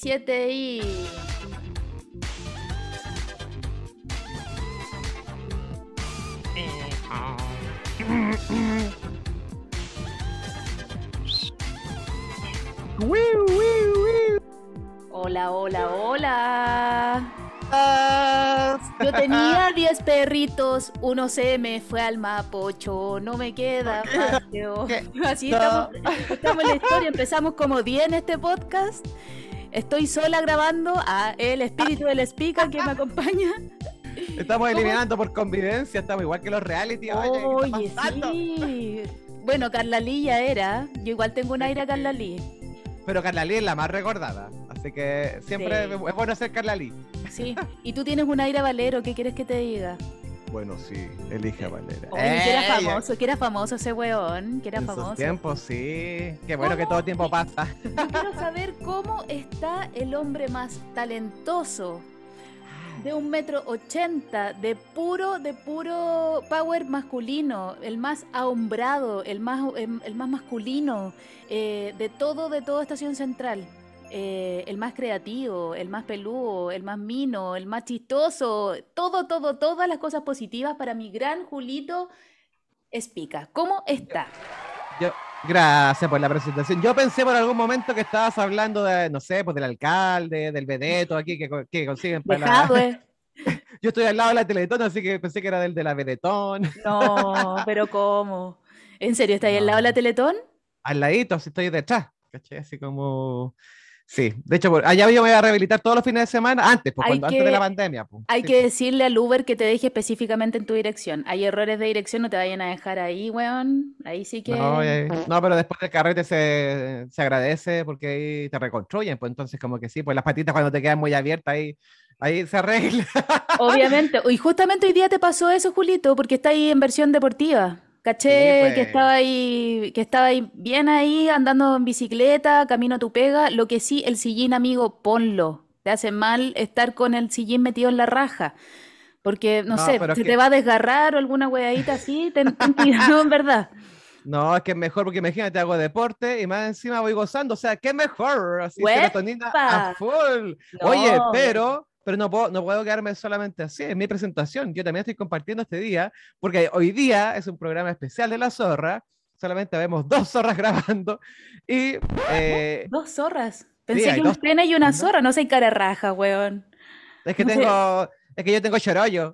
7 y... Hola, hola, hola. Yo tenía 10 perritos, uno se me fue al mapocho, no me queda más que Así estamos en la historia, empezamos como 10 en este podcast. Estoy sola grabando a el espíritu del Spica que me acompaña. Estamos eliminando por convivencia, estamos igual que los reality. Oye, ¿qué está pasando? Sí. Bueno, Carla Lee ya era. Yo igual tengo un aire a Carla Lee. Pero Carla Lee es la más recordada, así que siempre Sí. es bueno ser Carla Lee. Sí. Y tú tienes un aire Valero, ¿qué quieres que te diga? Bueno, sí, elige a Valera. Oye, que era famoso ese weón, que era En famoso. sus tiempos, sí. Qué bueno que todo tiempo pasa. Yo quiero saber cómo está el hombre más talentoso de 1,80 m, de puro power masculino, el más ahombrado, el más masculino, de todo Estación Central. El más creativo, el más peludo, el más mino, el más chistoso, todas las cosas positivas para mi gran Julito Espica. ¿Cómo está? Yo, gracias por la presentación. Yo pensé por algún momento que estabas hablando de, no sé, pues del alcalde, del vedeto aquí que consiguen para Dejado, la... Yo estoy al lado de la Teletón, así que pensé que era del de la Vedetón. No, pero ¿cómo? ¿En serio está ahí al lado de la No. Teletón? Al ladito, si estoy detrás. ¿Cachai? Así como... Sí, de hecho, allá yo me voy a rehabilitar todos los fines de semana, antes, pues, Hay antes de la que, pandemia. Pues. hay Sí, que pues. decirle al Uber que te deje específicamente en tu dirección. Hay errores de dirección, no te vayan a dejar ahí, weón. Ahí sí No, que... no, pero después del carrete se agradece porque ahí te reconstruyen, pues entonces como que sí, pues las patitas cuando te quedan muy abiertas ahí se arregla. Obviamente. Y justamente hoy día te pasó eso, Julito, porque está ahí en versión deportiva. Sí, Caché pues. que estaba ahí bien ahí, andando en bicicleta, camino a tu pega. Lo que sí, el sillín, amigo, ponlo. Te hace mal estar con el sillín metido en la raja. Porque, no No, sé, pero es se te que va a desgarrar o alguna weadita así, ten cuidado, en verdad. no, es que es mejor porque imagínate, hago deporte y más encima voy gozando, o sea, qué mejor, así serotonina a ¡Huepa! full. Oye, No, pero no puedo quedarme solamente así, en mi presentación, yo también estoy compartiendo este día, porque hoy día es un programa especial de La Zorra, solamente vemos dos zorras grabando y dos zorras. sí, Pensé hay que dos un pene y una grabando. zorra, no sé, cara raja, weón. Es que No sé, yo tengo chorollo,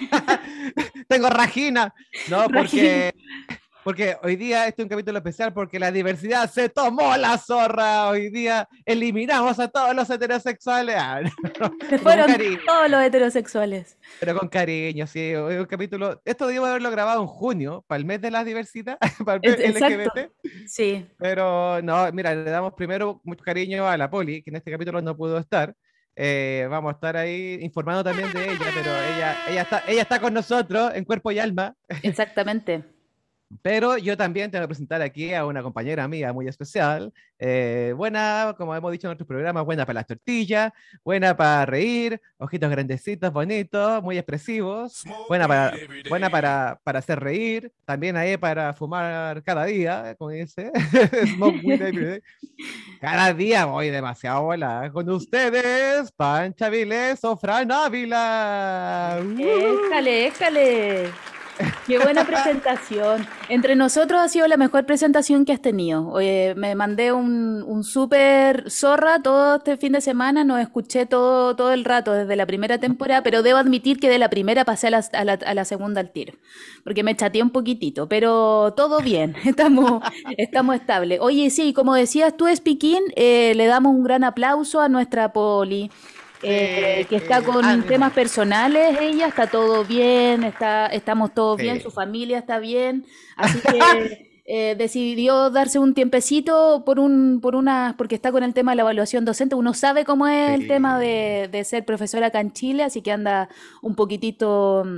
tengo ragina, no, Rajin. porque hoy día este es un capítulo especial porque la diversidad se tomó la zorra. Hoy día eliminamos a todos los heterosexuales. No, Se pero con fueron cariño, todos los heterosexuales. pero con cariño, sí. Hoy es un capítulo. Esto debo haberlo grabado en junio, para el mes de la diversidad, para el mes Exacto. LGBT. Sí. Pero no, mira, le damos primero mucho cariño a la Poli, que en este capítulo no pudo estar. Vamos a estar ahí informando también de ella, pero ella está con nosotros en cuerpo y alma. Exactamente. Pero yo también tengo que presentar aquí a una compañera amiga muy especial, buena, como hemos dicho en otros programas, buena para las tortillas, buena para reír, ojitos grandecitos, bonitos, muy expresivos, buena para hacer reír, también ahí para fumar cada día, como dice, smoke weed every day. Cada día voy demasiado bola. Con ustedes, Pancha Vilés o Fran Ávila. Éjale, éjale. Qué buena presentación. Entre nosotros ha sido la mejor presentación que has tenido. Oye, me mandé un súper zorra todo este fin de semana, nos escuché todo el rato desde la primera temporada, pero debo admitir que de la primera pasé a la segunda al tiro, porque me chateé un poquitito, pero todo bien, estamos estables. Oye, sí, como decías tú, Spiquín, le damos un gran aplauso a nuestra Poli que está Sí, con temas ánimo. personales, ella está todo bien, estamos todos bien, su Sí. familia está bien, así que decidió darse un tiempecito porque está con el tema de la evaluación docente. Uno sabe cómo es el tema Sí. de ser profesora acá en Chile, así que anda un poquitito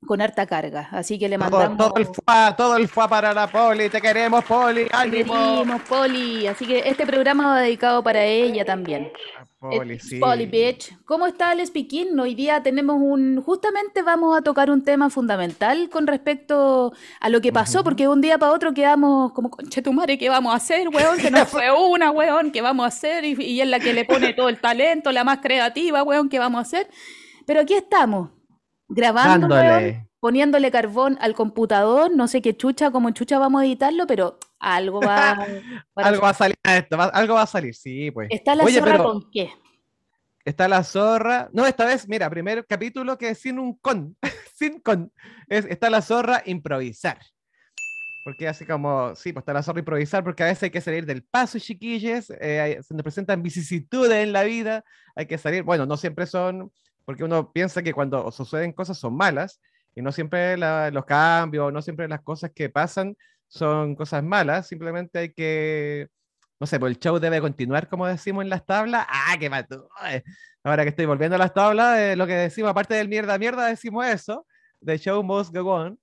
con harta carga. Así que le Todo, mandamos, todo el fuá para la Poli. Te queremos, Poli. te ¡Ánimo! querimos, Poli. Así que este programa va dedicado para ella también. Ah, Poli, Polly sí. Bitch. ¿Cómo está el speaking? Hoy día tenemos justamente vamos a tocar un tema fundamental con respecto a lo que pasó, Ujú. porque de un día para otro quedamos como, conchetumare, ¿qué vamos a hacer, weón? Se nos fue una, weón, ¿qué vamos a hacer? Y es la que le pone todo el talento, la más creativa, weón, ¿qué vamos a hacer? Pero aquí estamos, grabando, weón, Dándole. poniéndole carbón al computador, no sé qué chucha, cómo chucha vamos a editarlo, pero algo va a Algo va a resultar. salir a esto, algo va a salir, sí, pues. ¿Está la Oye, zorra pero con qué? está la zorra. No, esta vez, mira, primer capítulo que es sin un con, sin con. Está la zorra improvisar. Porque así como, sí, pues está la zorra improvisar, porque a veces hay que salir del paso, chiquillos, se nos presentan vicisitudes en la vida, hay que salir, bueno, no siempre son, porque uno piensa que cuando suceden cosas son malas, y no siempre los cambios, no siempre las cosas que pasan son cosas malas, simplemente hay que, no sé, pues el show debe continuar, como decimos en las tablas, ¡ah, qué mató! Ahora que estoy volviendo a las tablas, lo que decimos, aparte del mierda, mierda, decimos eso, the show must go on.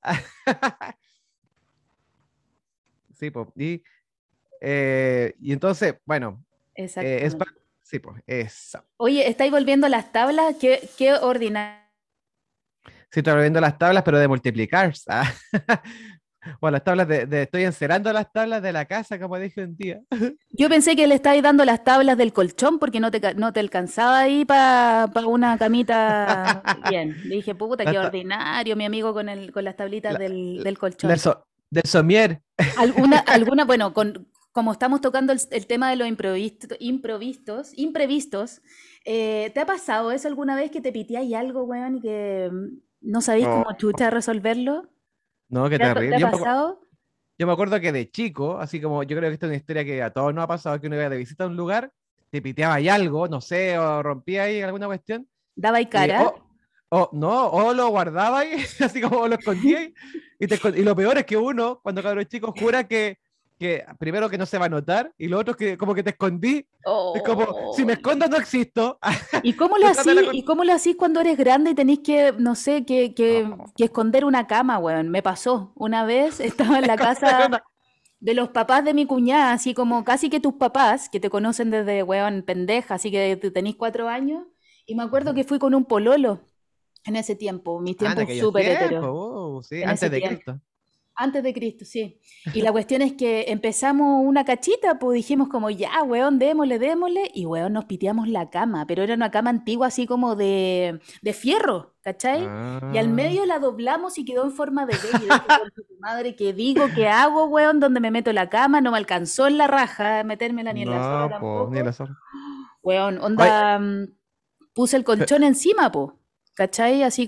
Sí, pues, y entonces, bueno, es para... Exactamente. Sí, pues, eso. Oye, ¿estáis volviendo a las tablas? ¿Qué ordinario? Sí, estoy viendo las tablas, pero de multiplicar. ¿Ah? Bueno, las tablas estoy encerando las tablas de la casa, como dije un día. Yo pensé que le estáis dando las tablas del colchón porque no te alcanzaba ahí para una camita bien. Le dije, puta, La qué ta- ordinario, mi amigo con las tablitas la- del del, colchón. del somier. Bueno, como estamos tocando el tema de los imprevistos, ¿te ha pasado eso alguna vez que te piteáis algo, weón, y que no sabéis Oh, cómo chucha resolverlo? no, qué ¿Te terrible. ha pasado? Yo me acuerdo que de chico, así como yo creo que esta es una historia que a todos nos ha pasado, que uno iba de visita a un lugar, te piteaba ahí algo, no sé, o rompía ahí alguna cuestión. ¿Dabais Eh, cara? o, no, o lo guardaba ahí, así como lo escondía ahí, y lo peor es que uno, cuando cabrón chico, jura que primero que no se va a notar, y lo otro es que como que te escondí. Es como, si me Oh. escondo no existo. ¿Y cómo lo Se trata de hacís? ¿Y cómo lo hacís cuando eres grande y tenés que, no sé, Oh. que esconder una cama, weón? Me pasó. Una vez estaba en la casa de los papás de mi cuñada, así como casi que tus papás, que te conocen desde, weón, pendeja, así que tenés 4 años. Y me acuerdo que fui con un pololo en ese tiempo, mis Ah, en tiempos aquellos súper tiempos, heteros, sí, en ese antes de tiempo. Cristo. Antes de Cristo, sí. Y la cuestión es que empezamos una cachita, pues dijimos como, ya, weón, démosle, y weón, nos piteamos la cama, pero era una cama antigua así como de fierro, ¿cachai? Y al Ah, medio la doblamos y quedó en forma de B. Y yo dije, "Concha tu madre, ¿qué digo? ¿Qué hago, weón? ¿Dónde me meto la cama? No me alcanzó en la raja metérmela ni en la sola no, pues, ni la tampoco. zorra. Weón, Oye, onda, puse el colchón encima, po. ¿Cachai? Así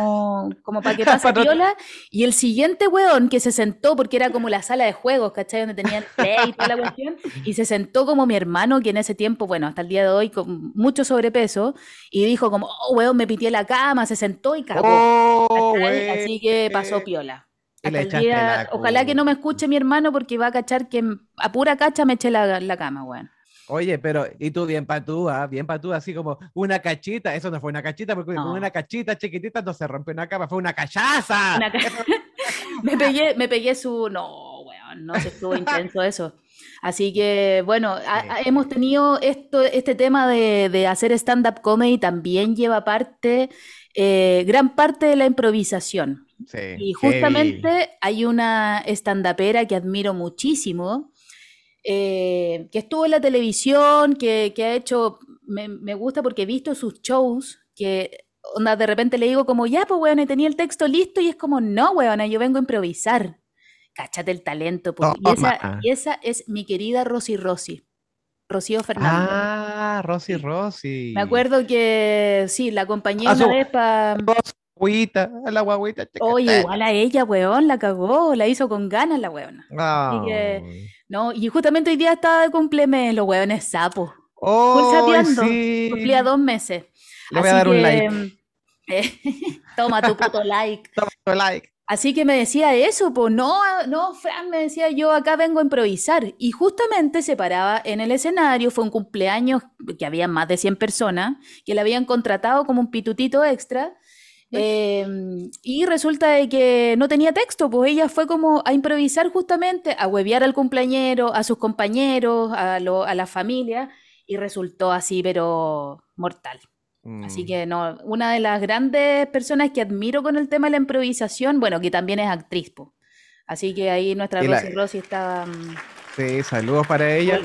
como para que pase para tratar- piola. Y el siguiente weón que se sentó, porque era como la sala de juegos, ¿cachai? Donde tenían play y toda la cuestión. Y se sentó como mi hermano, que en ese tiempo, bueno, hasta el día de hoy, con mucho sobrepeso. Y dijo como, oh, weón, me pitié la cama, se sentó y cagó. Oh, ¿Cachai? güey. Así que pasó piola. Y le Hasta el echaste día, la ojalá que no me culpa. escuche mi hermano porque va a cachar que a pura cacha me eché la cama, weón. Oye, pero, y tú bien patúa, así como una cachita, eso no fue una cachita, porque con una No. cachita chiquitita no se rompe una cama, fue una cachaza. Una ca- Eso- me pegué su. No, weón, no se estuvo intenso eso. Así que, bueno, Sí, hemos tenido este tema de hacer stand-up comedy también lleva parte, gran parte de la improvisación. sí, Y heavy. justamente hay una stand-upera que admiro muchísimo, que estuvo en la televisión, que ha hecho, me gusta porque he visto sus shows, que onda, de repente le digo como, ya, pues, weón, y tenía el texto listo, y es como, no, weón, yo vengo a improvisar. Cáchate el talento, pues. Y Toma. esa es mi querida Rosy, Rocío Fernández. Ah, Rosy, Me Rosy. acuerdo que sí, la acompañé A una su vez para... guagüita, a la guagüita Oye, chiquitita. igual a ella, weón, la cagó, la hizo con ganas la weona. Así que, Ay. no, y justamente hoy día estaba de cumpleaños, los weones sapos. Full Ay, sapeando, cumplía sí. 2 meses. Le voy a Así dar un que, like. eh, toma tu puto like. Toma tu like. Así que me decía eso, pues no, no, Fran, me decía yo acá vengo a improvisar. Y justamente se paraba en el escenario, fue un cumpleaños que había más de 100 personas, que le habían contratado como un pitutito extra. Eh, y resulta de que no tenía texto, pues ella fue como a improvisar justamente, a huevear al cumpleañero, a sus compañeros, a la familia, y resultó así, pero mortal. Así Mm. que no, una de las grandes personas que admiro con el tema de la improvisación, bueno, que también es actriz, pues. Así que ahí nuestra Y la, Rosy estaba sí, saludos para ella. full.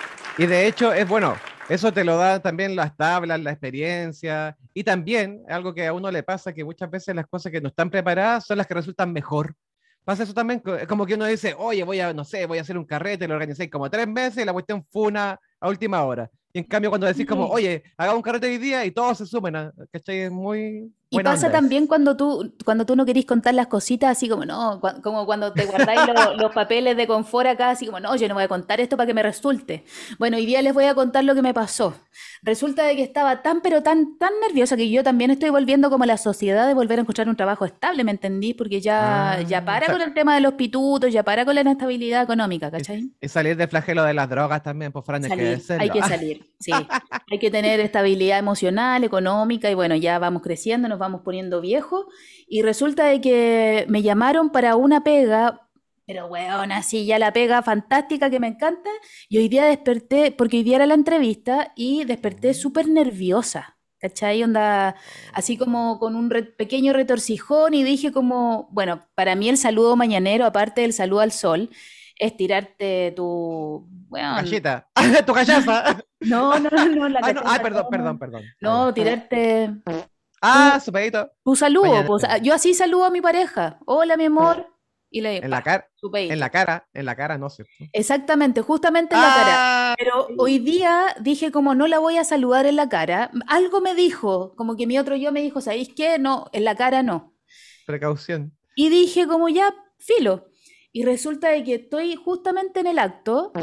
Y de hecho, es bueno, eso te lo da también las tablas, la experiencia. Y también, algo que a uno le pasa, que muchas veces las cosas que no están preparadas son las que resultan mejor. Pasa eso también, es como que uno dice, oye, voy a, no sé, voy a hacer un carrete, lo organicé como 3 meses y la cuestión fue una a última hora. Y en cambio, cuando decís como, Sí. oye, haga un carrete hoy día y todos se sumen, ¿cachai? Es muy Y buena pasa onda eso. también cuando tú no querís contar las cositas, así como, no, como cuando te guardáis los papeles de confort acá, así como, no, yo no voy a contar esto para que me resulte. Bueno, hoy día les voy a contar lo que me pasó. Resulta de que estaba tan, pero tan, tan nerviosa que yo también estoy volviendo como a la sociedad de volver a encontrar un trabajo estable, ¿me entendí? Porque ya Ah, para con el tema de los pitutos, ya para con la inestabilidad económica, y, ¿cachai? y salir del flagelo de las drogas también, pues Fran, hay que Hay decirlo. que salir, sí. Hay que tener estabilidad emocional, económica y bueno, ya vamos creciendo, nos vamos poniendo viejos y resulta de que me llamaron para una pega, pero weón, así ya la pega fantástica que me encanta y hoy día desperté, porque hoy día era la entrevista y desperté súper nerviosa. ¿Cachai? Onda, así como con un pequeño retorcijón y dije como, bueno, para mí el saludo mañanero, aparte del saludo al sol, es tirarte tu, Tu bueno, cachita, tu cachaza. no, la Ah, no, ay, cachaza, perdón, perdón, no. perdón. Ah, ya. No, tirarte Ah, tu, su pedito. tu saludo. Mañana. Pues, yo así saludo a mi pareja. Hola, mi amor. Y le En la pa, cara, su pedito. en la cara, no, ¿cierto? Exactamente, justamente en la cara. Ah, Pero hoy día dije como no la voy a saludar en la cara. Algo me dijo, como que mi otro yo me dijo, ¿sabéis qué? No, en la cara no. precaución. Y dije como ya, filo. Y resulta de que estoy justamente en el acto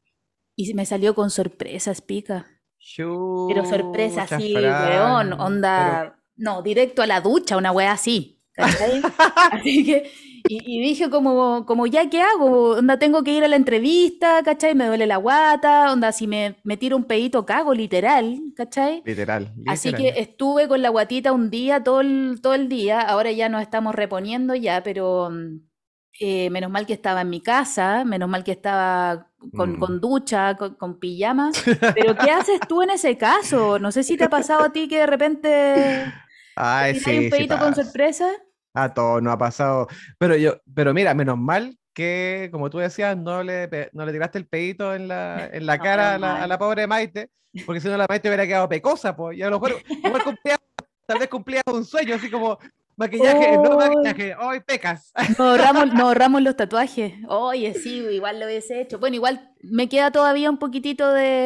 y me salió con sorpresas, pica. Pero sorpresa Chucha, así, weón, Fran. Pero. onda, no, directo a la ducha, una weá así, ¿cachai? Así que, y dije como, ya, ¿qué hago? Onda, tengo que ir a la entrevista, ¿cachai? Me duele la guata, onda, si me tiro un pedito, cago, literal, ¿cachai? Literal, Así que literal. estuve con la guatita un día, todo el día, ahora ya nos estamos reponiendo ya, pero menos mal que estaba en mi casa, menos mal que estaba Mm. con ducha, con pijama. Pero ¿qué haces tú en ese caso? No sé si te ha pasado a ti que de repente te Ay, tiráis un sí, sí pedito con pasa. sorpresa. A todo no ha pasado. Pero mira, menos mal que, como tú decías, no le tiraste el pedito en la No, cara menos a la mal. pobre Maite, porque si no la Maite hubiera quedado pecosa, pues. Y a lo mejor, igual tal vez cumplías un sueño, así como maquillaje, no Oh, maquillaje, hoy pecas. nos ahorramos los tatuajes. Oye, sí, igual lo hubiese hecho. Bueno, igual me queda todavía un poquitito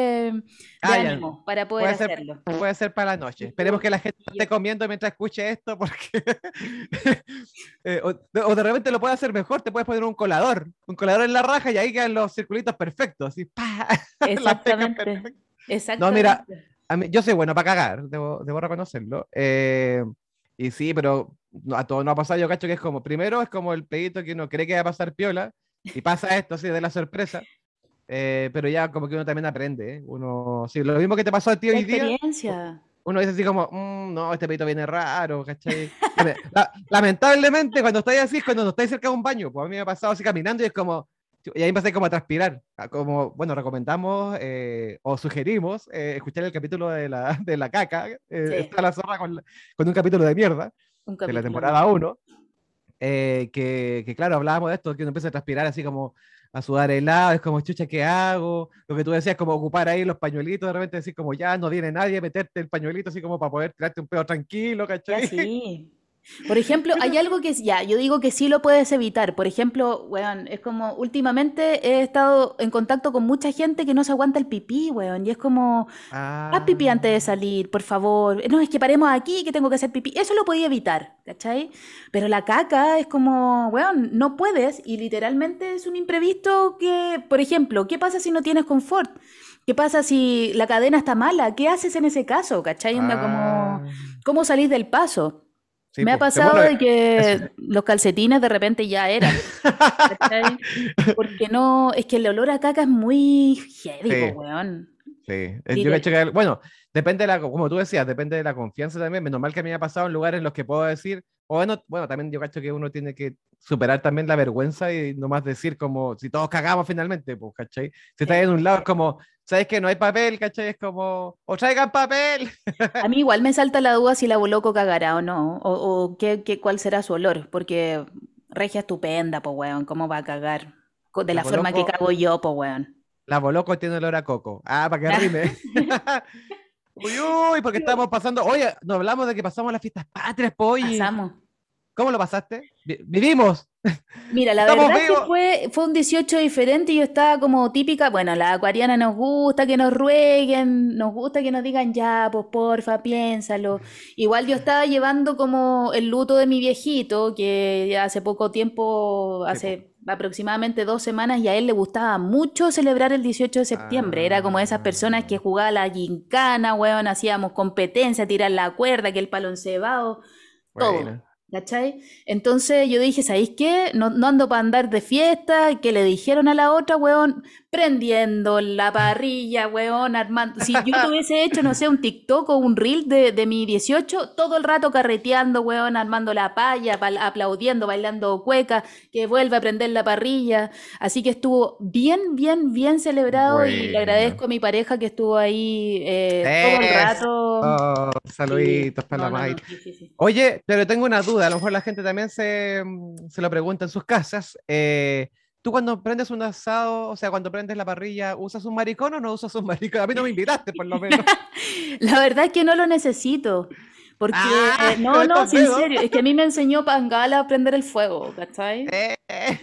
de Ah, ya. ánimo para poder Puede ser, hacerlo. puede ser para la noche. Esperemos que la gente no esté comiendo mientras escuche esto, porque o de repente lo puede hacer mejor, te puedes poner un colador en la raja y ahí quedan los circulitos perfectos, así, ¡pa! Las pecas Exactamente, perfectas. No, mira, exactamente. yo soy bueno para cagar, debo reconocerlo. Y sí, pero a todo no ha pasado. Yo cacho que es como, primero es como el pedito que uno cree que va a pasar piola y pasa esto así de la sorpresa. Pero ya como que uno también aprende, ¿eh? Uno, sí, lo mismo que te pasó a ti La hoy día, experiencia. uno dice así como, no, este pedito viene raro, ¿cachai? Lamentablemente, cuando estáis así es cuando no estáis cerca de un baño, pues a mí me ha pasado así caminando y es como, y ahí empecé como a transpirar, como, bueno, recomendamos o sugerimos escuchar el capítulo de la caca, Sí, está la zorra con un capítulo de mierda, un de la capítulo más. temporada uno que claro, hablábamos de esto, que uno empieza a transpirar así como a sudar helado, es como, chucha, ¿qué hago? Lo que tú decías, como ocupar ahí los pañuelitos, de repente decir como, ya no viene nadie, meterte el pañuelito así como para poder tirarte un pedo tranquilo, Ya ¿cachai? sí. Por ejemplo, hay algo que es, ya, yo digo que sí lo puedes evitar. Por ejemplo, weón, es como últimamente he estado en contacto con mucha gente que no se aguanta el pipí, weón, y es como, haz pipí Ah, antes de salir, por favor. No, es que paremos aquí, que tengo que hacer pipí. Eso lo podía evitar, ¿cachai? Pero la caca es como, weón, no puedes y literalmente es un imprevisto que, por ejemplo, ¿qué pasa si no tienes confort? ¿Qué pasa si la cadena está mala? ¿Qué haces en ese caso? ¿Cachai? Onda como, ah, ¿cómo salís del paso? sí, Me ha pues, pasado bueno, de eso. que los calcetines de repente ya eran, ¿cachai? Porque no, es que el olor a caca es muy heavy, po, Sí, weón. Sí, yo cacho que, bueno, depende de como tú decías, depende de la confianza también. Menos mal que a mí me ha pasado en lugares en los que puedo decir, o bueno, también yo cacho que uno tiene que superar también la vergüenza y nomás decir como, si todos cagamos finalmente, pues, ¿cachai? Si estás Sí. en un lado es como, ¿sabes que no hay papel, ¿cachai? Es como, ¡o traigan papel! A mí igual me salta la duda si la Boloco cagará o no, o cuál será su olor, porque regia estupenda, po weón, ¿cómo va a cagar? De La la forma que Boloco, cago yo, po weón. la Boloco tiene olor a coco. Ah, para que rime. Uy, uy, porque estamos pasando, oye, nos hablamos de que pasamos las fiestas patrias, po, oye. Pasamos. ¿Cómo lo pasaste? Vivimos, Mira, la estamos verdad es que vivos. fue un 18 diferente y yo estaba como típica, bueno, la acuariana nos gusta que nos rueguen, nos gusta que nos digan ya, pues porfa, piénsalo. Igual yo estaba llevando como el luto de mi viejito, que ya hace poco tiempo, Sí, po. hace aproximadamente 2 semanas, y a él le gustaba mucho celebrar el 18 de septiembre. Era como esas personas Ah, que jugaba la gincana, weón, hacíamos competencia, tirar la cuerda, que el palo encebado, todo. bueno. ¿Cachai? Entonces yo dije, ¿sabéis qué? No, no ando para andar de fiesta, que le dijeron a la otra, weón, prendiendo la parrilla, weón, armando. Si yo tuviese hecho, no sé, un TikTok o un reel de mi 18 todo el rato carreteando, weón, armando la palla, aplaudiendo, bailando cueca, que vuelva a prender la parrilla. Así que estuvo bien, bien, bien celebrado y le Bueno. agradezco a mi pareja que estuvo ahí todo el Eso. rato. Sí, Saluditos para la no, no, May. no, sí, sí, sí. Oye, pero tengo una duda, a lo mejor la gente también se lo pregunta en sus casas. ¿Tú cuando prendes un asado, o sea, cuando prendes la parrilla, usas un maricón o no usas un maricón? A mí no me invitaste, por lo menos. La verdad es que no lo necesito. Porque, ¡Ah! Con no, no, estos sin dedos. serio, es que a mí me enseñó Pangala a prender el fuego, ¿cachai? Eh.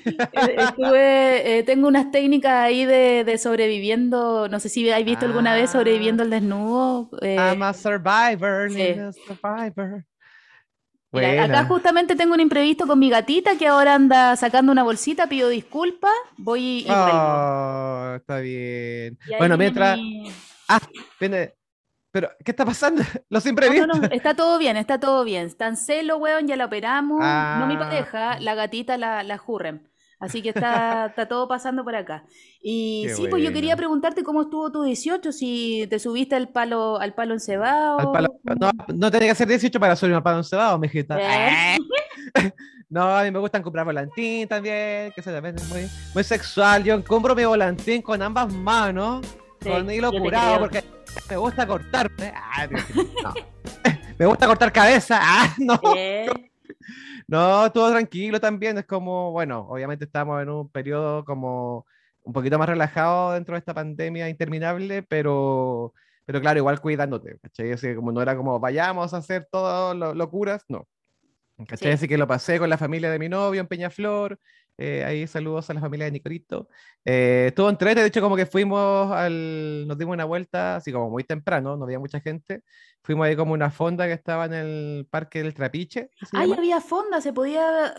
Tengo unas técnicas ahí de sobreviviendo, no sé si habéis visto alguna vez Ah, sobreviviendo al desnudo. I'm a survivor, Sí. nina, survivor. Mira, acá Buena. justamente tengo un imprevisto con mi gatita que ahora anda sacando una bolsita, pido disculpas, voy y vuelvo. Oh, está bien. Y ahí Bueno, viene mientras. mi... Ah, viene. Pero, ¿qué está pasando? Los No, no, imprevistos. no, está todo bien, está todo bien. Está en celo, weón, ya la operamos. No mi Ah, pareja, la gatita, la Hurrem. Así que está todo pasando por acá. Y qué sí, pues yo quería bueno. preguntarte cómo estuvo tu 18, si te subiste al palo Al palo. encebado. No, no tenía que ser 18 para subir un palo encebado, mijita. Eh, No, a mí me gustan comprar volantín también, que se también es muy sexual. Yo compro mi volantín con ambas manos, con Sí, hilo yo te curado, creo. porque me gusta cortarme. No. Me gusta cortar cabeza. Ah, no. Eh, No, todo tranquilo también. Es como, bueno, obviamente estamos en un periodo como un poquito más relajado dentro de esta pandemia interminable, pero claro, igual cuidándote, ¿cachai? Así que como no era como vayamos a hacer todas locuras, no. ¿Cachai? sí. Así que lo pasé con la familia de mi novio en Peñaflor. Ahí saludos a la familia de Nicolito. Estuvo entrete, de hecho, como que nos dimos una vuelta, así como muy temprano, no había mucha gente. Fuimos ahí como una fonda que estaba en el Parque del Trapiche, que se Ahí llama. había fonda, se podía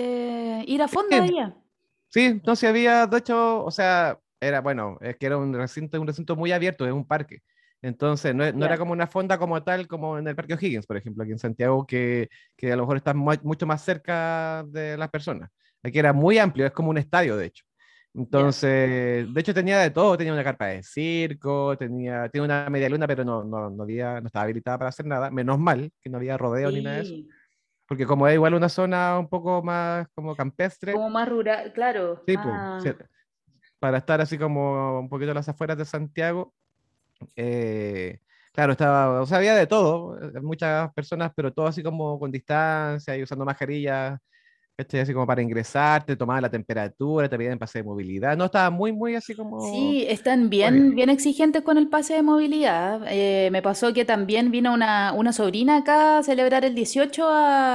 ir a fonda Sí, allá. sí, no se había, de hecho, o sea, era bueno, es que era un recinto muy abierto, es un parque. Entonces, no era Ya. como una fonda como tal, como en el Parque O'Higgins, por ejemplo, aquí en Santiago, que a lo mejor está mucho más cerca de las personas. Aquí era muy amplio, es como un estadio, de hecho. Ya. Entonces, de hecho tenía de todo, tenía una carpa de circo, tenía una media luna, pero no estaba habilitada para hacer nada. Menos mal que no había rodeo ni nada de eso, Sí. porque como es igual una zona un poco más como campestre, Como más rural, claro, sí, pues, más... sí, para estar así como un poquito a las afueras de Santiago. eh, claro, o sea, había de todo, muchas personas, pero todo así como con distancia y usando mascarillas, ¿cachai? Así como para ingresar, te tomaban la temperatura, te pedían pase de movilidad. No, estaba muy así como. Sí, están Bueno, bien, bien exigentes con el pase de movilidad. Me pasó que también vino una sobrina acá a celebrar el 18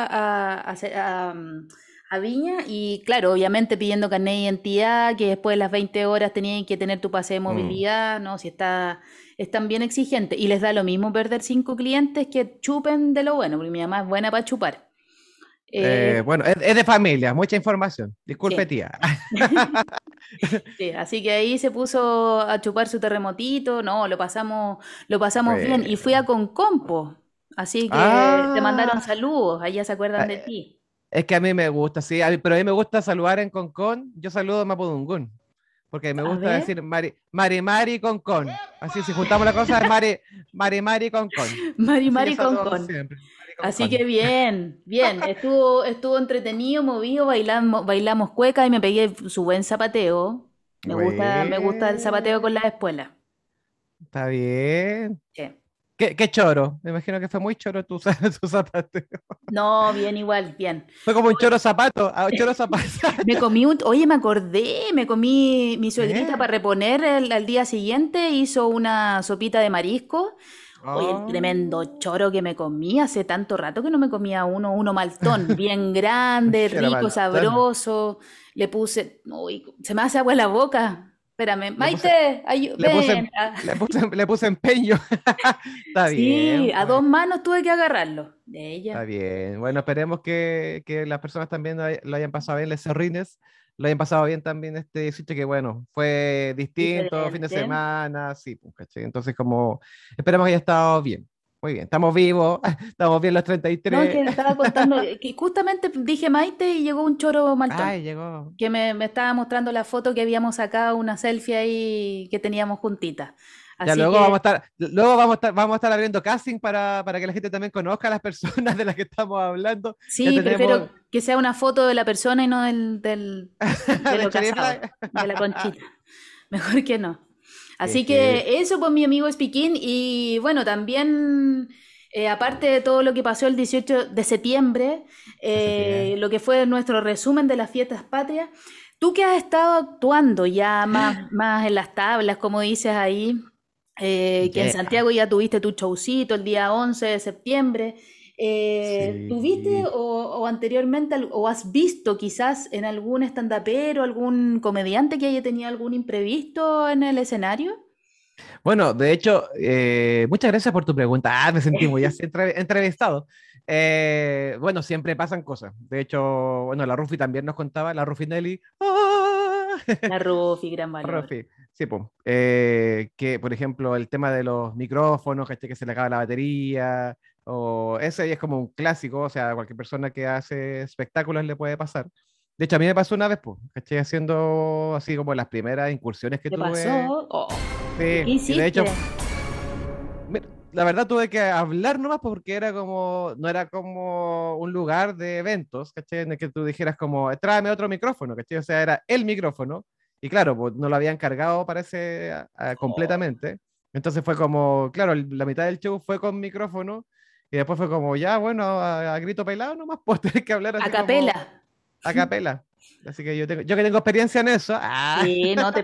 a Viña y claro, obviamente pidiendo carnet de identidad, que después de las 20 horas tenían que tener tu pase de mm. movilidad, ¿no? Si están bien exigentes y les da lo mismo perder 5 clientes que chupen de lo bueno, porque mi mamá es buena para chupar. Bueno, es de familia, mucha información. Disculpe, Sí. tía. Sí, así que ahí se puso a chupar su terremotito, no, lo pasamos bien y fui a Bueno. Concompo, así que te mandaron Ah, saludos, allá se acuerdan de ti. es que a mí me gusta, sí, pero a mí me gusta saludar en Concón, yo saludo en Mapudungún. porque me A gusta ver, decir Mari con. Así, si juntamos la cosa, es Mari con. Mari Así que Mari saludos con. siempre, Mari Así que con. bien, bien. Estuvo entretenido, movido, bailamos cueca y me pegué su buen zapateo. Me gusta el zapateo con Güey, la espuela. está bien. Sí. ¿Qué choro? Me imagino que fue muy choro tu, tu zapato. No, bien igual, bien. Fue como un choro zapato, choro zapato. Oye, me acordé, me comí mi suegrita ¿Eh? para reponer al día siguiente, hizo una sopita de marisco. Oye, el tremendo Oh, choro que me comí, hace tanto rato que no me comía uno maltón, bien grande, era rico, maltón. sabroso. Le puse, uy, se me hace agua en la boca. Espérame, Le puse, Maite, le puse, ven. Ah, le puse empeño. Está sí, bien, a dos pues. manos tuve que agarrarlo. De Está ella. bien. Bueno, esperemos que las personas también lo hayan pasado bien, les zorrines, lo hayan pasado bien también este sitio que, bueno, fue distinto, fin de Diferente. semana, sí, pues, ¿cachai? Entonces, como, esperemos que haya estado bien. Muy bien, estamos vivos, estamos bien los No, es 33. que estaba contando, que justamente dije Maite y llegó un choro maltón. Ay, llegó. Que me estaba mostrando la foto que habíamos sacado, una selfie ahí que teníamos juntitas. Ya Así que vamos a estar abriendo casting para que la gente también conozca a las personas de las que estamos hablando. Ya sí, tenemos prefiero que sea una foto de la persona y no de de lo Chorifly. casado, de la conchita. Mejor que no. Qué Así heavy. que eso, pues mi amigo Spiquín. Y bueno, también, aparte de todo lo que pasó el 18 de septiembre, Hace tiempo. lo que fue nuestro resumen de las fiestas patrias, tú que has estado actuando ya más en las tablas, como dices ahí, que en Yeah. Santiago ya tuviste tu showcito el día 11 de septiembre. ¿Tuviste Sí. o anteriormente o has visto quizás en algún estandapero, algún comediante que haya tenido algún imprevisto en el escenario? Bueno, de hecho, muchas gracias por tu pregunta. Me sentí muy así entrevistado. Bueno, siempre pasan cosas. De hecho, bueno, la Rufi también nos contaba, la Rufinelli. ¡Ah! La Rufi, gran valor. Rofi, sí, pues. Que, por ejemplo, el tema de los micrófonos, ¿cachai? Que se le acaba la batería, o ese ya es como un clásico, o sea, a cualquier persona que hace espectáculos le puede pasar. De hecho, a mí me pasó una vez, pues, ¿cachai? Haciendo así como las primeras incursiones que ¿Te tuve. pasó? Oh, ¿y qué Sí, y de hecho, hiciste? la verdad tuve que hablar nomás porque era como, no era como un lugar de eventos, ¿cachai? En el que tú dijeras como, tráeme otro micrófono, ¿cachai? O sea, era el micrófono. Y claro, pues no lo habían cargado, parece, Oh, completamente. Entonces fue como, claro, la mitad del show fue con micrófono y después fue como, ya, bueno, a grito pelado nomás, pues tener que hablar a así capela. como a capela. Así que yo que tengo experiencia en eso, Sí, no,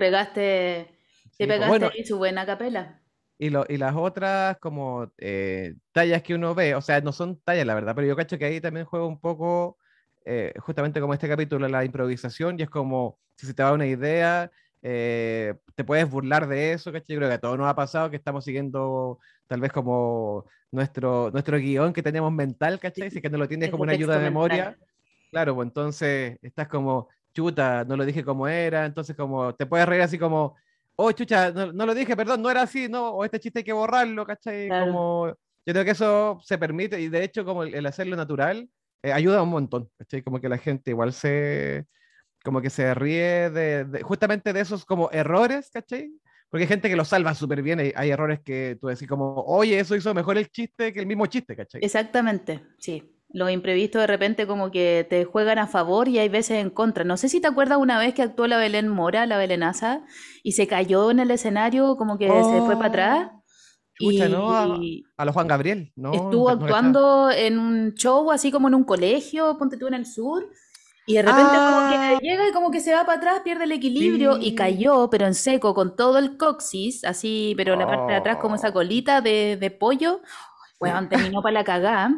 te sí, pues pegaste bueno, ahí su buena capela. y las otras como tallas que uno ve, o sea, no son tallas, la verdad, pero yo cacho que ahí también juega un poco, justamente como este capítulo, la improvisación, y es como, si se te va una idea, te puedes burlar de eso, ¿cachai? Yo creo que a todos nos ha pasado que estamos siguiendo tal vez como nuestro guión que tenemos mental, ¿cachai? Si es que no lo tienes como Ese una ayuda texto de mental. memoria, claro, pues entonces estás como, chuta, no lo dije como era, entonces como te puedes reír así como, oh, chucha, no lo dije, perdón, no era así, no, o este chiste hay que borrarlo, ¿cachai? Claro. Como, yo creo que eso se permite y de hecho como el hacerlo natural ayuda un montón, ¿cachai? Como que la gente igual como que se ríe justamente de esos como errores, ¿cachai? Porque hay gente que lo salva súper bien, hay errores que tú decís como, oye, eso hizo mejor el chiste que el mismo chiste, ¿cachai? Exactamente, sí. Los imprevistos de repente como que te juegan a favor y hay veces en contra. No sé si te acuerdas una vez que actuó la Belén Mora, la Belenaza, y se cayó en el escenario, como que se fue para atrás Oh, chucha, ¿no? y A los Juan Gabriel, no, estuvo no cachaba. actuando en un show así como en un colegio, ponte tú en el sur, y de repente como que Ah, llega y como que se va para atrás, pierde el equilibrio y sí. cayó, pero en seco, con todo el coxis, así, pero la parte de atrás como esa Oh, colita de pollo. sí. Weón, terminó para la cagada.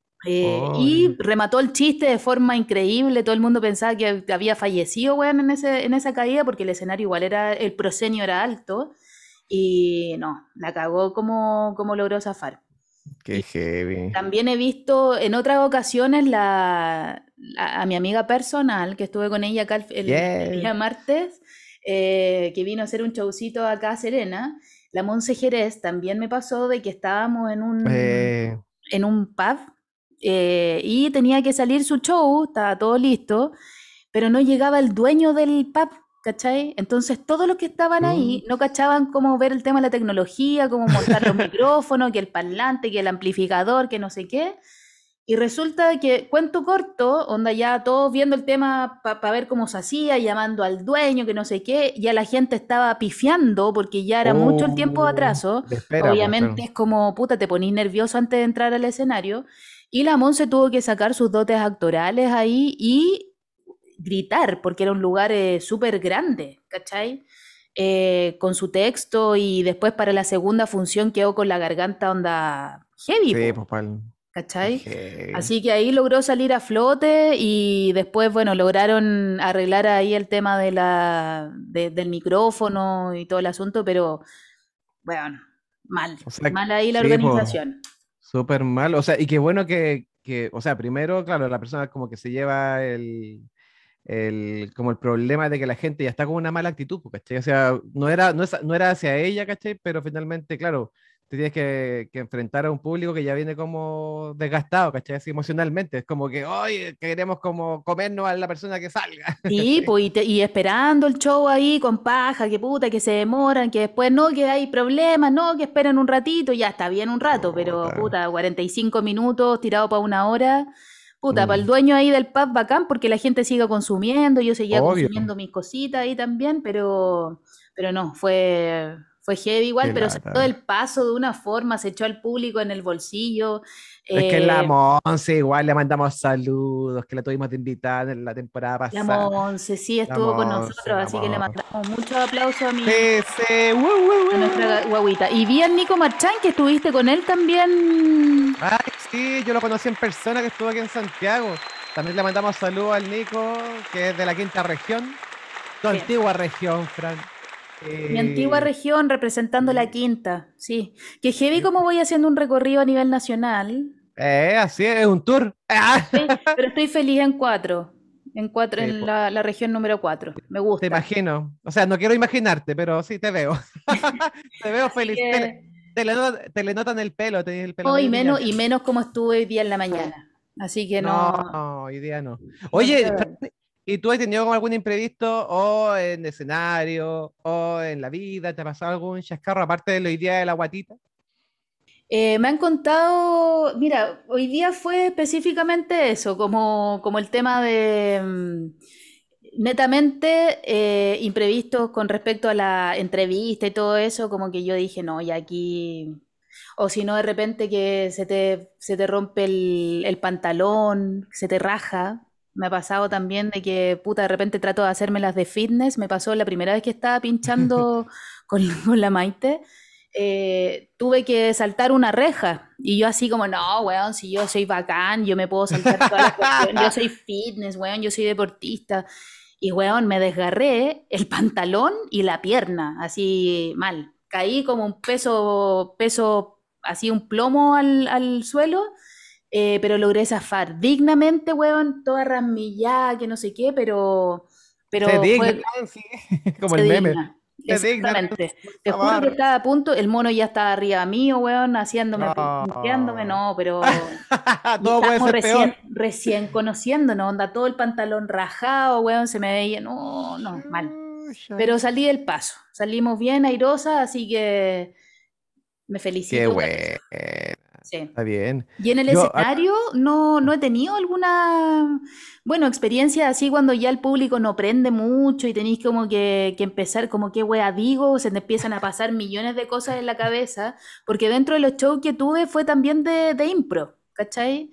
Y Pobre. remató el chiste de forma increíble. Todo el mundo pensaba que había fallecido, weón, en esa caída, porque el escenario igual era, el proscenio era alto. Y no, la cagó como logró zafar. Qué Y heavy. también he visto en otras ocasiones a mi amiga personal, que estuve con ella acá el Yeah. día martes, que vino a hacer un showcito acá a Serena. La Monse Jerez también me pasó de que estábamos Eh, en un pub y tenía que salir su show, estaba todo listo, pero no llegaba el dueño del pub. ¿cachai? Entonces todos los que estaban Uh, ahí no cachaban cómo ver el tema de la tecnología, cómo montar los micrófonos, que el parlante, que el amplificador, que no sé qué. Y resulta que, cuento corto, onda ya todos viendo el tema para ver cómo se hacía, llamando al dueño, que no sé qué, ya la gente estaba pifiando porque ya era mucho el tiempo de atraso. de espera, pues, Obviamente claro. es como, puta, te ponís nervioso antes de entrar al escenario. Y la Monse tuvo que sacar sus dotes actorales ahí y gritar, porque era un lugar súper grande, ¿cachai? Con su texto y después para la segunda función quedó con la garganta onda heavy, Sí, po, pues, pal. ¿cachai? Dije, Así que ahí logró salir a flote y después, bueno, lograron arreglar ahí el tema del micrófono y todo el asunto, pero bueno, mal, o sea, mal ahí la sí, pues, organización. súper mal. O sea, y qué bueno o sea, primero, claro, la persona como que se lleva como el problema de que la gente ya está con una mala actitud, pues, ¿cachai? O sea, no era hacia ella, ¿cachai? Pero finalmente, claro, te tienes que enfrentar a un público que ya viene como desgastado, ¿cachai? Así emocionalmente. Es como que, hoy queremos como comernos a la persona que salga, Sí, ¿cachai? pues y esperando el show ahí con paja, que puta, que se demoran, que después no, que hay problemas, no, que esperan un ratito, ya está bien un rato, pero Puta. puta, 45 minutos tirado para una hora, puta, para el Mm, dueño ahí del pub bacán, porque la gente sigue consumiendo, yo seguía obvio, consumiendo mis cositas ahí también, pero no, fue heavy igual, qué pero salió lata. del paso de una forma, se echó al público en el bolsillo. Es que la eh, Monse igual le mandamos saludos, que la tuvimos de invitada en la temporada la pasada. Monse sí La estuvo con Monse, nosotros, la así que le Monse. mandamos muchos aplausos a mi, Sí, sí, a nuestra guaguita. Y vi al Nico Marchán, que estuviste con él también. ay, sí, yo lo conocí en persona que estuvo aquí en Santiago. También le mandamos saludos al Nico, que es de la quinta región, tu Bien. antigua región, Fran. Mi antigua Eh, región representando la sí, quinta, sí. Que heavy sí. como voy haciendo un recorrido a nivel nacional. Así es un tour. Pero estoy feliz en cuatro. En cuatro, Sí, en la región número cuatro. Me te gusta. imagino. O sea, no quiero imaginarte, pero sí te veo. Te veo Así feliz. que Te le notan el pelo, tenés el pelo no, medio y brillante. menos como estuve hoy día en la mañana. Así que No, no, no, hoy día no. no Oye, quiero Fran, ver. ¿y tú has tenido como algún imprevisto o en escenario o en la vida? ¿Te ha pasado algún chascarro aparte de hoy día de la guatita? Me han contado, mira, hoy día fue específicamente eso, como el tema de netamente imprevistos con respecto a la entrevista y todo eso, como que yo dije, no, y aquí, o si no, de repente que se te rompe el pantalón, se te raja. Me ha pasado también de que, puta, de repente trato de hacerme las de fitness. Me pasó la primera vez que estaba pinchando con la Maite. Tuve que saltar una reja. Y yo así como, no, weón, si yo soy bacán, yo me puedo saltar todas las cuestiones. Yo soy fitness, weón, yo soy deportista. Y, weón, me desgarré el pantalón y la pierna, así mal. Caí como un peso, así un plomo al suelo, pero logré zafar dignamente, weón, toda rasmillada, que no sé qué, Se pero digna, fue, Nancy, como se el meme. digna. Se digna, Exactamente. Nancy, por Te juro que favor. estaba a punto, el mono ya estaba arriba mío, weón, haciéndome, punteándome, No. no, pero y Todo puede estábamos ser peor. recién conociéndonos, onda, todo el pantalón rajado, weón, se me veía, no, no, mal. Chucha. Pero salí del paso, salimos bien airosas, así que me Qué felicito por eso. bueno. Sí. Está bien. Y en el Yo, escenario no he tenido alguna, bueno, experiencia así cuando ya el público no prende mucho y tenéis como que empezar, como qué wea digo, se te empiezan a pasar millones de cosas en la cabeza, porque dentro de los shows que tuve fue también de impro, ¿cachai?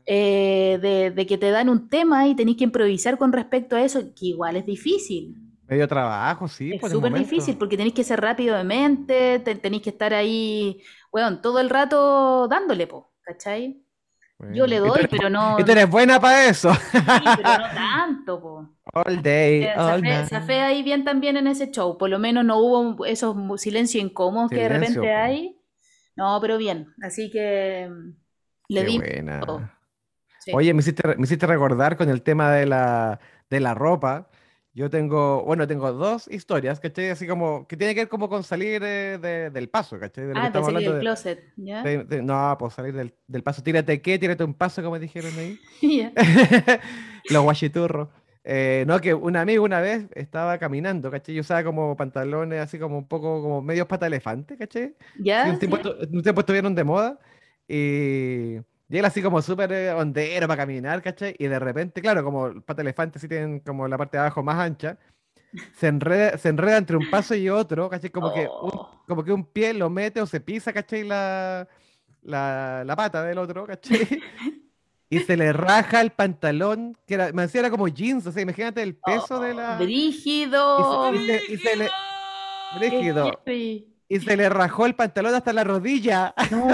De que te dan un tema y tenéis que improvisar con respecto a eso, que igual es difícil. medio trabajo, sí, Es por el súper difícil momento. porque tenéis que ser rápido de mente, tenéis que estar ahí, weón, todo el rato dándole, po, ¿cachai? Yo le Bueno. doy, pero Y no, tú eres buena para eso. sí, pero no tanto, po. All day, all Zafé night. ahí bien también en ese show, por lo menos no hubo esos silencios incómodos que de Silencio, repente po. hay. No, pero bien, así que le Qué dimos todo, buena. sí. Oye, me hiciste recordar con el tema de la ropa. Yo tengo, bueno, tengo dos historias, ¿cachai? Así como, que tiene que ver como con salir del paso, ¿cachai? De lo que Ah, estamos pensé que hablando del de, closet, ¿ya? no, pues salir del paso. Tírate qué, tírate un paso, como dijeron ahí. Ya. Los guachiturros. No, que un amigo una vez estaba caminando, ¿cachai? Yo usaba como pantalones así como un poco como medios pata elefante, ¿cachai? Sí, ¿Ya? ¿Sí? un tiempo estuvieron de moda y, y él así como súper hondero para caminar, ¿cachai? Y de repente, claro, como el pata elefante sí tienen como la parte de abajo más ancha, se enreda entre un paso y otro, ¿cachai? Oh. Como que un pie lo mete o se pisa, ¿cachai? La pata del otro, ¿cachai? Y se le raja el pantalón, que era, me decía era como jeans, o sea, imagínate el peso de Oh, la... brígido, Y se le... brígido. Qué Brígido. heavy. Y se le rajó el pantalón hasta la rodilla.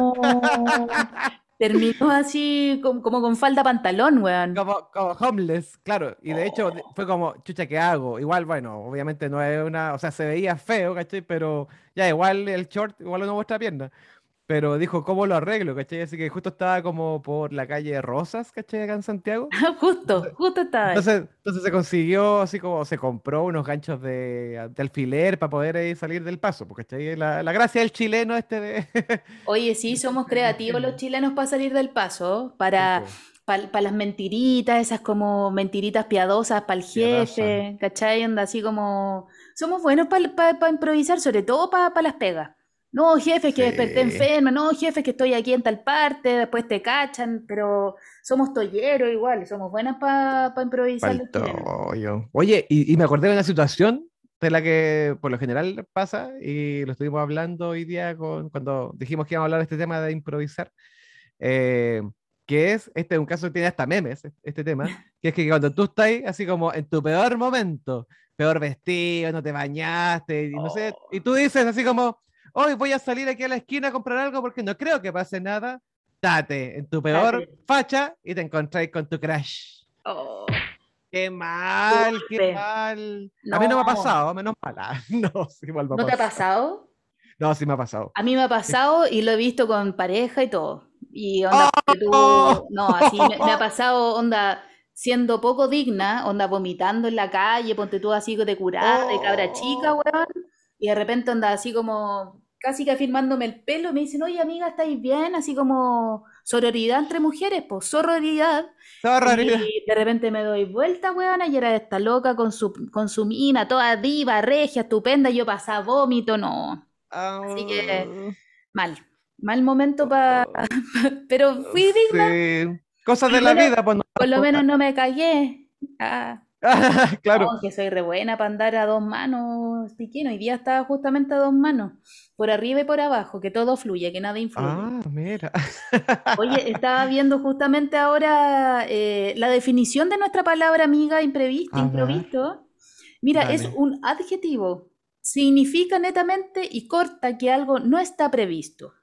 No. Terminó así como con falda pantalón, weón. Como homeless, claro. Y de hecho fue como, chucha, ¿qué hago? Igual, bueno, obviamente no es una... O sea, se veía feo, ¿cachai? Pero ya, igual el short, igual no muestra pierna. Pero dijo, ¿cómo lo arreglo? ¿Cachai? Así que justo estaba como por la calle Rosas, ¿cachai? Acá en Santiago. Justo, justo estaba ahí. Entonces se consiguió, así como se compró unos ganchos de alfiler para poder salir del paso, porque ¿cachai? La gracia del chileno este de, Oye, sí, de somos ser creativos los ingenio. chilenos para salir del paso, Sí, para, po, las mentiritas, esas como mentiritas piadosas para el piadosa. jefe, ¿cachai? Onda así como... Somos buenos para improvisar, sobre todo para las pegas. No, jefe, que desperté Sí, enferma, no, jefe, que estoy aquí en tal parte, después te cachan, pero somos tolleros igual, somos buenas para improvisar los chilenos. faltó yo. Oye, y me acordé de una situación de la que por lo general pasa, y lo estuvimos hablando hoy día cuando dijimos que íbamos a hablar de este tema de improvisar. eh, que es, este es un caso que tiene hasta memes, este tema, que es que cuando tú estás así como en tu peor momento, peor vestido, no te bañaste, y no sé, y Oh, tú dices así como, hoy voy a salir aquí a la esquina a comprar algo porque no creo que pase nada, date en tu peor date. facha y te encontráis con tu crush. Oh, Qué qué mal, qué golpe. mal. A mí no me ha No, pasado, menos mal. No, sí, igual me ha ¿no te ha pasado. pasado? No, sí me ha pasado. A mí me ha Sí. pasado y lo he visto con pareja y todo. Y onda, porque ¡Oh! tú, no, así me ha pasado, onda, siendo poco digna, onda, vomitando en la calle, ponte tú así de curada, de cabra chica, ¡Oh! weón. Y de repente onda así como, casi que afirmándome el pelo, y me dicen, oye amiga, ¿estáis bien? Así como sororidad entre mujeres, pues sororidad. ¡Qué Y de repente me doy vuelta, weona, y era esta loca con su mina, toda diva, regia, estupenda, y yo pasaba vómito, no. Así que Ah, mal, mal momento para... ah, Pero fui digna, sí. Cosas por de lo la menos, vida, pues no. por lo menos no me cagué. Ah, Claro. no, que soy re buena para andar a dos manos, Piquín. Hoy día estaba justamente a dos manos, por arriba y por abajo, que todo fluye, que nada influye. Ah, mira. Oye, estaba viendo justamente ahora la definición de nuestra palabra amiga imprevisto, A ver, improvisto. Mira, es dale. un adjetivo. Significa netamente y corta que algo no está previsto.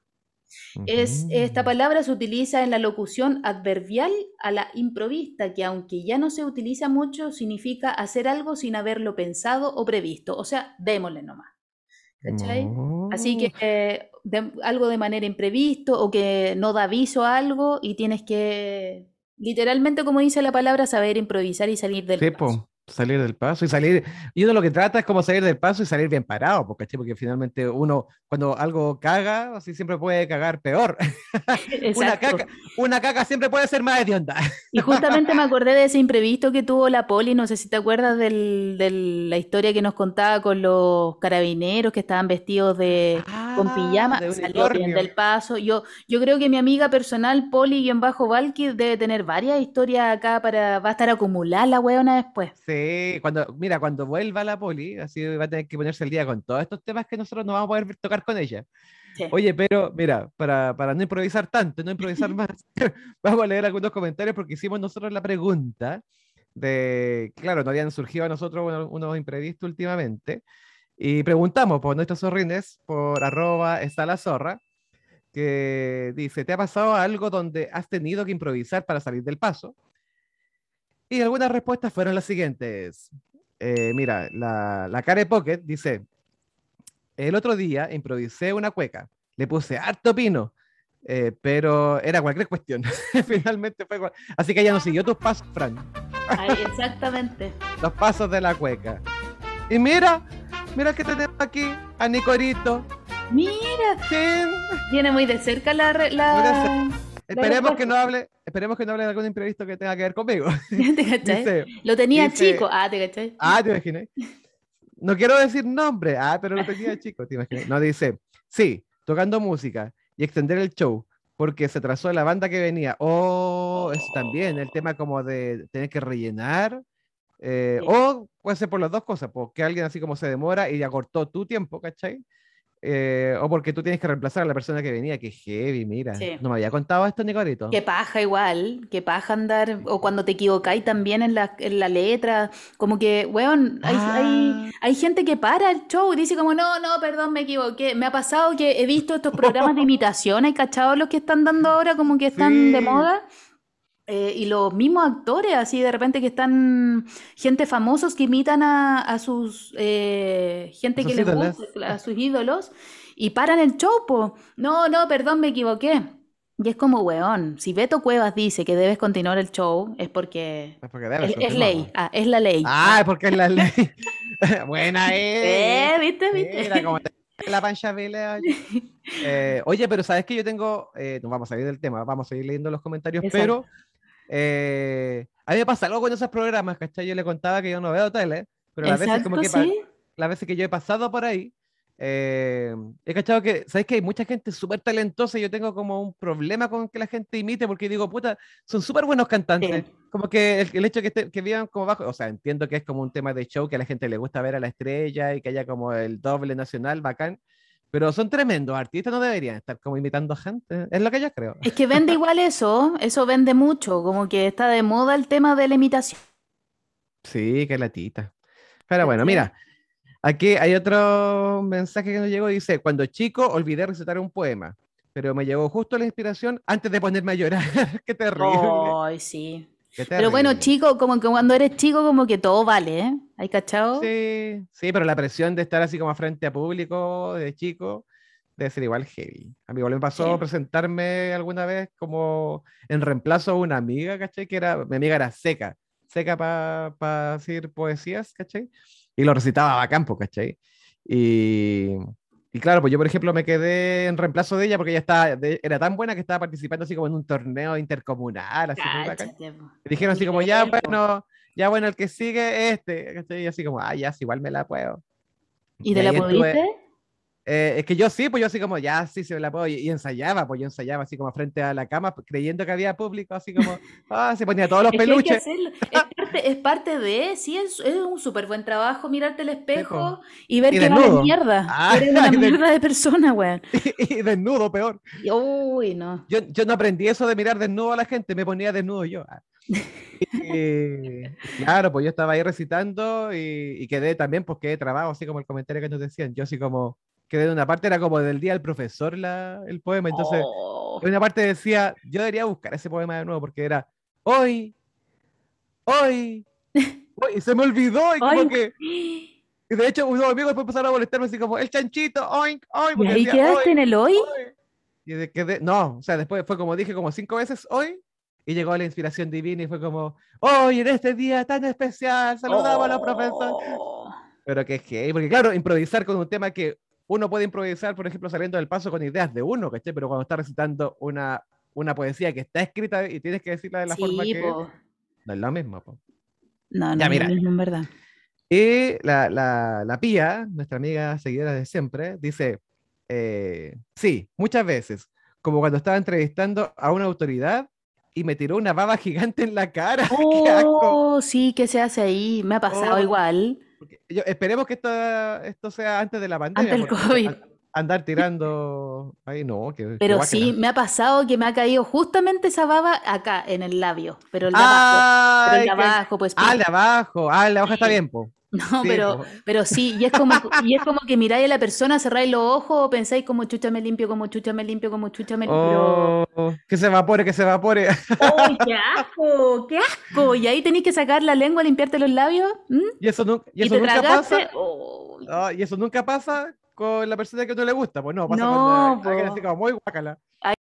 Esta Ujú. palabra se utiliza en la locución adverbial a la improvista, que aunque ya no se utiliza mucho, significa hacer algo sin haberlo pensado o previsto. O sea, démosle nomás. ¿Cachai? Así que No. algo de manera imprevisto o que no da aviso a algo y tienes que, literalmente como dice la palabra, saber improvisar y salir del Sí, paso. pues, salir del paso y salir. Y uno lo que trata es como salir del paso y salir bien parado, porque, porque finalmente uno, cuando algo caga, así siempre puede cagar peor. Una caca, Exacto. una caca siempre puede ser más hedionda. Y justamente me acordé de ese imprevisto que tuvo la Poli, no sé si te acuerdas de la historia que nos contaba con los carabineros que estaban vestidos con Ah, pijama, de salió bien unicornio. del paso. Yo creo que mi amiga personal, Poli-Valky, debe tener varias historias acá va a estar acumulada la weona después. Sí, mira, cuando vuelva la poli, así va a tener que ponerse al día con todos estos temas que nosotros no vamos a poder tocar con ella. Sí. Oye, pero mira, para no improvisar tanto, no improvisar más, vamos a leer algunos comentarios porque hicimos nosotros la pregunta de, claro, nos habían surgido a nosotros unos imprevistos últimamente, y preguntamos por nuestros zorrines, por arroba está la zorra, que dice, ¿te ha pasado algo donde has tenido que improvisar para salir del paso? Y algunas respuestas fueron las siguientes. Mira, la Care Pocket dice, el otro día improvisé una cueca, le puse harto pino, pero era cualquier cuestión. Finalmente fue... Así que ella no siguió tus pasos, Fran, Ay, exactamente. los pasos de la cueca. Y mira que tenemos aquí a Nicorito, Mira, sin... viene muy de cerca Mira, La respuesta. Esperemos que no hable de algún imprevisto que tenga que ver conmigo. ¿Te cachai? Dice, Lo tenía chico. dice, Ah, ¿te cachai? te imaginé. No quiero decir nombre, pero lo tenía chico, te imaginé. No, dice, sí, tocando música y extender el show, porque se trazó la banda que venía. Oh, eso también, el tema como de tener que rellenar, Sí. o puede ser por las dos cosas, porque alguien así como se demora y acortó tu tiempo, ¿cachai? O porque tú tienes que reemplazar a la persona que venía, que heavy, mira. Sí. No me había contado esto, Nicolito. Qué paja igual, qué paja andar, o cuando te equivocáis también en la letra, como que, weón, Ah, hay gente que para el show y dice como, no, no, perdón, me equivoqué. Me ha pasado que he visto estos programas de imitación, hay cachados los que están dando ahora como que están de sí, moda, y los mismos actores, así de repente que están, gente famosos que imitan a sus, gente que sus les gusta, ídolos. a sus ídolos, y paran el show, po. No, no, perdón, me equivoqué. Y es como, weón, si Beto Cuevas dice que debes continuar el show, es porque Es porque debes es continuar, ley, po. es la ley. Es porque es la ley. Buena, ¿Viste, Mira cómo viste? te la pancha vilea, oye. Oye, pero sabes que yo tengo, no vamos a salir del tema, vamos a seguir leyendo los comentarios, Exacto, pero a mí me pasa algo con esos programas, ¿cachai? Yo le contaba que yo no veo tele, pero las veces como exacto, que sí. las veces que yo he pasado por ahí, he cachado que, ¿sabes que hay mucha gente súper talentosa y yo tengo como un problema con que la gente imite porque digo, puta, son súper buenos cantantes. Sí. Como que el hecho que vivan como bajo, o sea, entiendo que es como un tema de show, que a la gente le gusta ver a la estrella y que haya como el doble nacional, bacán, pero son tremendos artistas, no deberían estar como imitando a gente, es lo que yo creo. Es que vende igual eso vende mucho, como que está de moda el tema de la imitación. Sí, qué latita. Pero bueno, ¿Cachai? mira, aquí hay otro mensaje que nos llegó, dice, cuando chico olvidé recitar un poema, pero me llegó justo la inspiración antes de ponerme a llorar. Qué terrible, Ay, sí. qué Pero bueno, terrible. chico, como que cuando eres chico, como que todo vale, ¿eh? ¿Hay cachado? Sí, sí, pero la presión de estar así como frente a público de chico debe ser igual heavy. A mí igual me pasó Sí. presentarme alguna vez como en reemplazo a una amiga, ¿cachai? Que era, mi amiga era seca, seca para decir poesías, ¿cachai? Y lo recitaba a campo, ¿cachai? Y, y claro, pues yo, por ejemplo, me quedé en reemplazo de ella porque ella estaba, era tan buena que estaba participando así como en un torneo intercomunal, así muy bacán. Cáchate, po. Y dijeron así como, Nivel, po. ya bueno, el que sigue este, ¿cachai? Y así como, ya, sí, igual me la puedo. ¿Y Y te la ahí estuve, pudiste? es que yo sí, pues yo así como, ya, sí, se me la puedo. Y ensayaba, pues yo ensayaba así como frente a la cama, pues, creyendo que había público, así como, se ponía todos los Es que hay que peluches. hacerlo. Es parte de, sí, es un súper buen trabajo mirarte al Sí, pues. espejo y ver Y que vales desnudo. mierda, que eres una Y, mierda de persona, weón. y desnudo, peor. Uy, no. Yo no aprendí eso de mirar desnudo a la gente, me ponía desnudo yo. Y claro, pues yo estaba ahí recitando y quedé también, pues quedé trabado, así como el comentario que nos decían. Yo así como quedé en una parte, era como del día del profesor el poema. Entonces, Oh. en una parte decía, yo debería buscar ese poema de nuevo porque era hoy, hoy, hoy, y se me olvidó y Ay, como que, y de hecho, unos amigos después empezaron a molestarme así como, el chanchito, oink, oink, ¿y porque ahí decía quedaste en hoy, el hoy? hoy. Y de quedé, no, o sea, después fue como dije como 5 veces hoy y llegó la inspiración divina y fue como, hoy en este día tan especial, saludamos a los profesores. Oh. Pero que es que, porque claro, improvisar con un tema que uno puede improvisar, por ejemplo, saliendo del paso con ideas de uno, ¿cachai? Pero cuando está recitando una poesía que está escrita y tienes que decirla de la forma Sí, que es, po. no es lo mismo, po. No, no Ya, es lo mira. mismo en verdad. Y la Pía, nuestra amiga seguidora de siempre, dice, sí, muchas veces, como cuando estaba entrevistando a una autoridad y me tiró una baba gigante en la cara. ¡Qué asco! Oh, sí, ¿qué se hace ahí? Me ha pasado Oh, igual. esperemos que esto sea antes de la Ante pandemia, el porque COVID. andar tirando ahí no, que Pero sí, guácala. me ha pasado que me ha caído justamente esa baba acá, en el labio, pero el de abajo. Pero el de ¡Ay! abajo, pues, El de abajo. El de abajo está sí. bien, po. No, Sí, po. pero sí, y es como que miráis a la persona, cerráis los ojos, o pensáis como chucha me limpio, como chucha me limpio, como chucha me pero Oh, que se evapore, que se evapore. ¡ay, qué asco! ¡Qué asco! Y ahí tenéis que sacar la lengua, limpiarte los labios, ¿m? Y Y eso te nunca tragaste. pasa. ¡Oh! Y eso nunca pasa con la persona que no le gusta. Pues no, pasa cuando No, alguien así po. como muy guacala.